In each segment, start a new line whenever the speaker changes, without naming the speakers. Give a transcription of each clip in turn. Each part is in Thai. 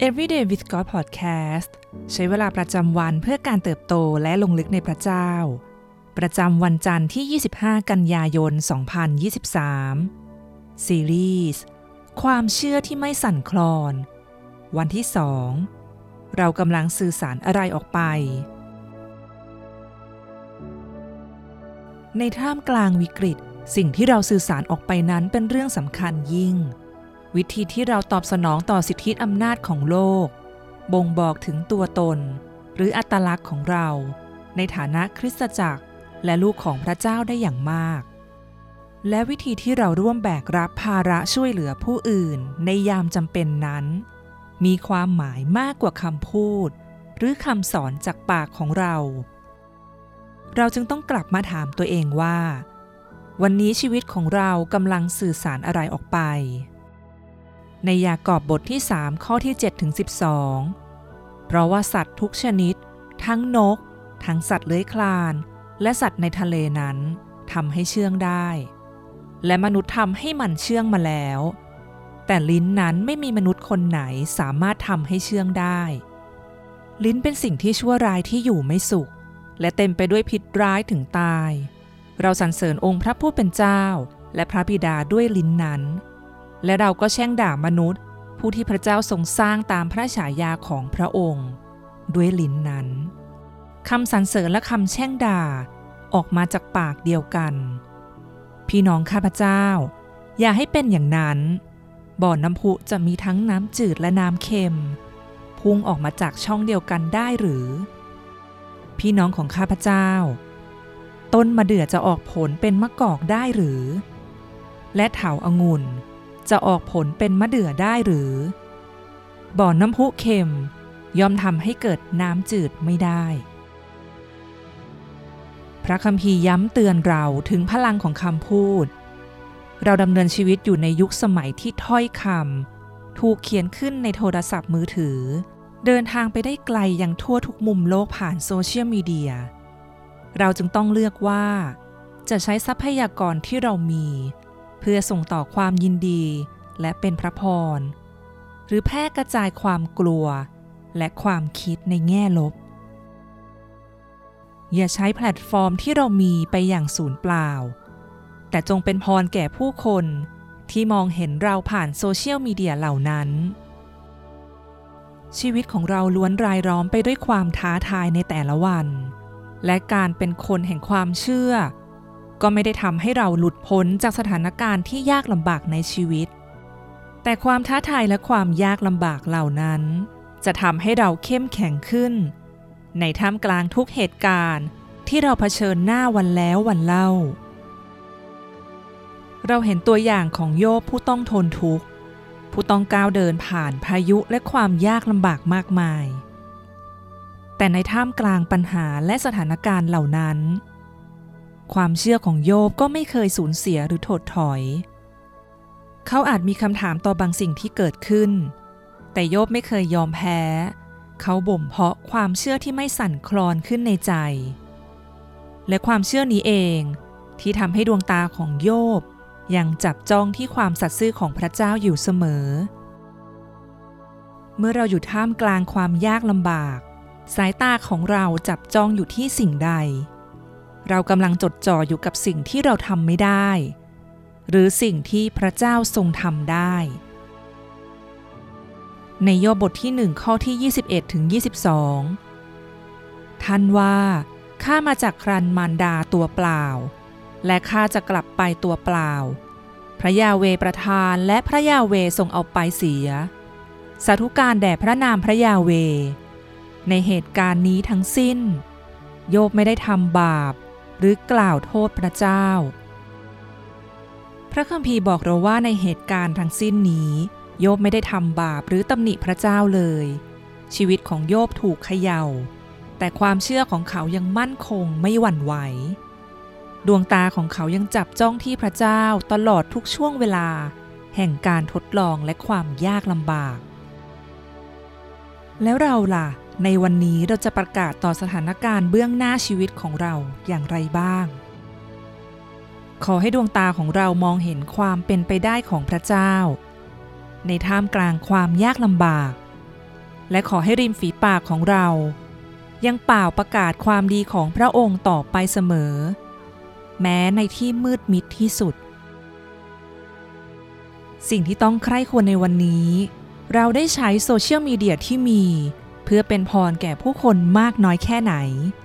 Everyday with God Podcast ใช้เวลาประจำวันเพื่อการเติบโตและลงลึกในพระเจ้าประจำวันจันทร์ที่ 25 กันยายน 2023 ซีรีส์ความเชื่อที่ไม่สั่นคลอนวันที่ 2 เรากำลังสื่อสารอะไรออกไปในท่ามกลางวิกฤตสิ่งที่เราสื่อสารออกไปนั้นเป็นเรื่องสำคัญยิ่งวิธีที่เราตอบสนองต่อสิทธิอำนาจของโลกบ่งบอกถึงตัวตนหรืออัตลักษณ์ของเราในฐานะคริสตจักรและลูกของพระเจ้าได้อย่างมากและวิธีที่เราร่วมแบกรับภาระช่วยเหลือผู้อื่นในยามจำเป็นนั้นมีความหมายมากกว่าคำพูดหรือคำสอนจากปากของเราจึงต้องกลับมาถามตัวเองว่าวันนี้ชีวิตของเรากำลังสื่อสารอะไรออกไปในยากอบบทที่ 3 ข้อที่ 7-12 เพราะว่าสัตว์ทุกชนิดทั้งนกทั้งสัตว์เลื้อยคลานและสัตว์ในทะเลนั้นทำให้เชื่องได้และมนุษย์ทำให้มันเชื่องมาแล้วแต่ลิ้นนั้นไม่มีมนุษย์คนไหนสามารถทำให้เชื่องได้ลิ้นเป็นสิ่งที่ชั่วร้ายที่อยู่ไม่สุขและเต็มไปด้วยพิษร้ายถึงตายเราสรรเสริญองค์พระผู้เป็นเจ้าและพระบิดาด้วยลิ้นนั้นและเราก็แช่งด่ามนุษย์ผู้ที่พระเจ้าทรงสร้างตามพระฉายาของพระองค์ด้วยลิ้นนั้นคำสรรเสริญและคำแช่งด่าออกมาจากปากเดียวกันพี่น้องข้าพเจ้าอย่าให้เป็นอย่างนั้นบ่อน้ำพุจะมีทั้งน้ำจืดและน้ำเค็มพุ่งออกมาจากช่องเดียวกันได้หรือพี่น้องของข้าพเจ้าต้นมะเดื่อจะออกผลเป็นมะกอกได้หรือและเถาองุ่นจะออกผลเป็นมะเดื่อได้หรือบ่อน้ำพุเค็มย่อมทำให้เกิดน้ำจืดไม่ได้พระคัมภีร์ย้ำเตือนเราถึงพลังของคำพูดเราดำเนินชีวิตอยู่ในยุคสมัยที่ถ้อยคำถูกเขียนขึ้นในโทรศัพท์มือถือเดินทางไปได้ไกลยังทั่วทุกมุมโลกผ่านโซเชียลมีเดียเราจึงต้องเลือกว่าจะใช้ทรัพยากรที่เรามีเพื่อส่งต่อความยินดีและเป็นพระพรหรือแพร่กระจายความกลัวและความคิดในแง่ลบอย่าใช้แพลตฟอร์มที่เรามีไปอย่างสูญเปล่าแต่จงเป็นพรแก่ผู้คนที่มองเห็นเราผ่านโซเชียลมีเดียเหล่านั้นชีวิตของเราล้วนรายล้อมไปด้วยความท้าทายในแต่ละวันและการเป็นคนแห่งความเชื่อก็ไม่ได้ทำให้เราหลุดพ้นจากสถานการณ์ที่ยากลำบากในชีวิตแต่ความท้าทายและความยากลำบากเหล่านั้นจะทำให้เราเข้มแข็งขึ้นในท่ามกลางทุกเหตุการณ์ที่เราเผชิญหน้าวันแล้ววันเล่าเราเห็นตัวอย่างของโยบผู้ต้องทนทุกข์ผู้ต้องก้าวเดินผ่านพายุและความยากลำบากมากมายแต่ในท่ามกลางปัญหาและสถานการณ์เหล่านั้นความเชื่อของโยบก็ไม่เคยสูญเสียหรือถดถอยเขาอาจมีคำถามต่อบางสิ่งที่เกิดขึ้นแต่โยบไม่เคยยอมแพ้เขาบ่มเพาะความเชื่อที่ไม่สั่นคลอนขึ้นในใจและความเชื่อนี้เองที่ทำให้ดวงตาของโยบยังจับจ้องที่ความสัตย์ซื่อของพระเจ้าอยู่เสมอเมื่อเราอยู่ท่ามกลางความยากลำบากสายตาของเราจับจ้องอยู่ที่สิ่งใดเรากำลังจดจ่ออยู่กับสิ่งที่เราทำไม่ได้หรือสิ่งที่พระเจ้าทรงทำได้ในโยบบทที่ 1 ข้อที่ 21-22 ท่านว่าข้ามาจากครรภ์มารดาตัวเปล่าและข้าจะกลับไปตัวเปล่าพระยาห์เวห์ประทานและพระยาห์เวห์ทรงเอาไปเสียสาธุการแด่พระนามพระยาห์เวห์ในเหตุการณ์นี้ทั้งสิ้นโยบไม่ได้ทำบาปหรือกล่าวโทษพระเจ้าพระคัมภีร์บอกเราว่าในเหตุการณ์ทั้งสิ้นนี้โยบไม่ได้ทำบาปหรือตำหนิพระเจ้าเลยชีวิตของโยบถูกเขย่าแต่ความเชื่อของเขายังมั่นคงไม่หวั่นไหวดวงตาของเขายังจับจ้องที่พระเจ้าตลอดทุกช่วงเวลาแห่งการทดลองและความยากลำบากแล้วเราล่ะในวันนี้เราจะประกาศต่อสถานการณ์เบื้องหน้าชีวิตของเราอย่างไรบ้างขอให้ดวงตาของเรามองเห็นความเป็นไปได้ของพระเจ้าในท่ามกลางความยากลำบากและขอให้ริมฝีปากของเรายังเป่าประกาศความดีของพระองค์ต่อไปเสมอแม้ในที่มืดมิดที่สุดสิ่งที่ต้องใคร่ควรในวันนี้เราได้ใช้โซเชียลมีเดียที่มีเพื่อเป็นพรแก่ผู้คนมากน้อยแค่ไหน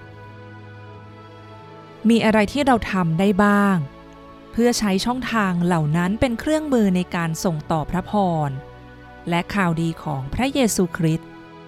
มีอะไรที่เราทำได้บ้างเพื่อใช้ช่องทางเหล่านั้นเป็นเครื่องมือในการส่งต่อพระพรและข่าวดีของพระเยซูคริสต์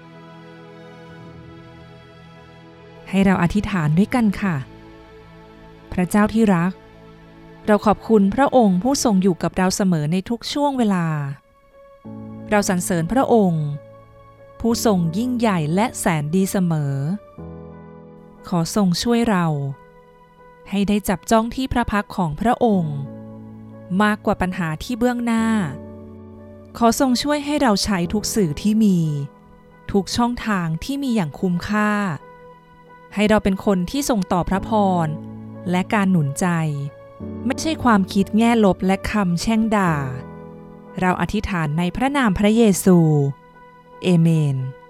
ให้เราอธิษฐานด้วยกันค่ะพระเจ้าที่รักเราขอบคุณพระองค์ผู้ทรงอยู่กับเราเสมอในทุกช่วงเวลาเราสรรเสริญพระองค์ผู้ทรงยิ่งใหญ่และแสนดีเสมอขอทรงช่วยเราให้ได้จับจ้องที่พระพักของพระองค์มากกว่าปัญหาที่เบื้องหน้าขอทรงช่วยให้เราใช้ทุกสื่อที่มีทุกช่องทางที่มีอย่างคุ้มค่าให้เราเป็นคนที่ส่งต่อพระพรและการหนุนใจไม่ใช่ความคิดแง่ลบและคำแช่งด่าเราอธิษฐานในพระนามพระเยซูเอเมน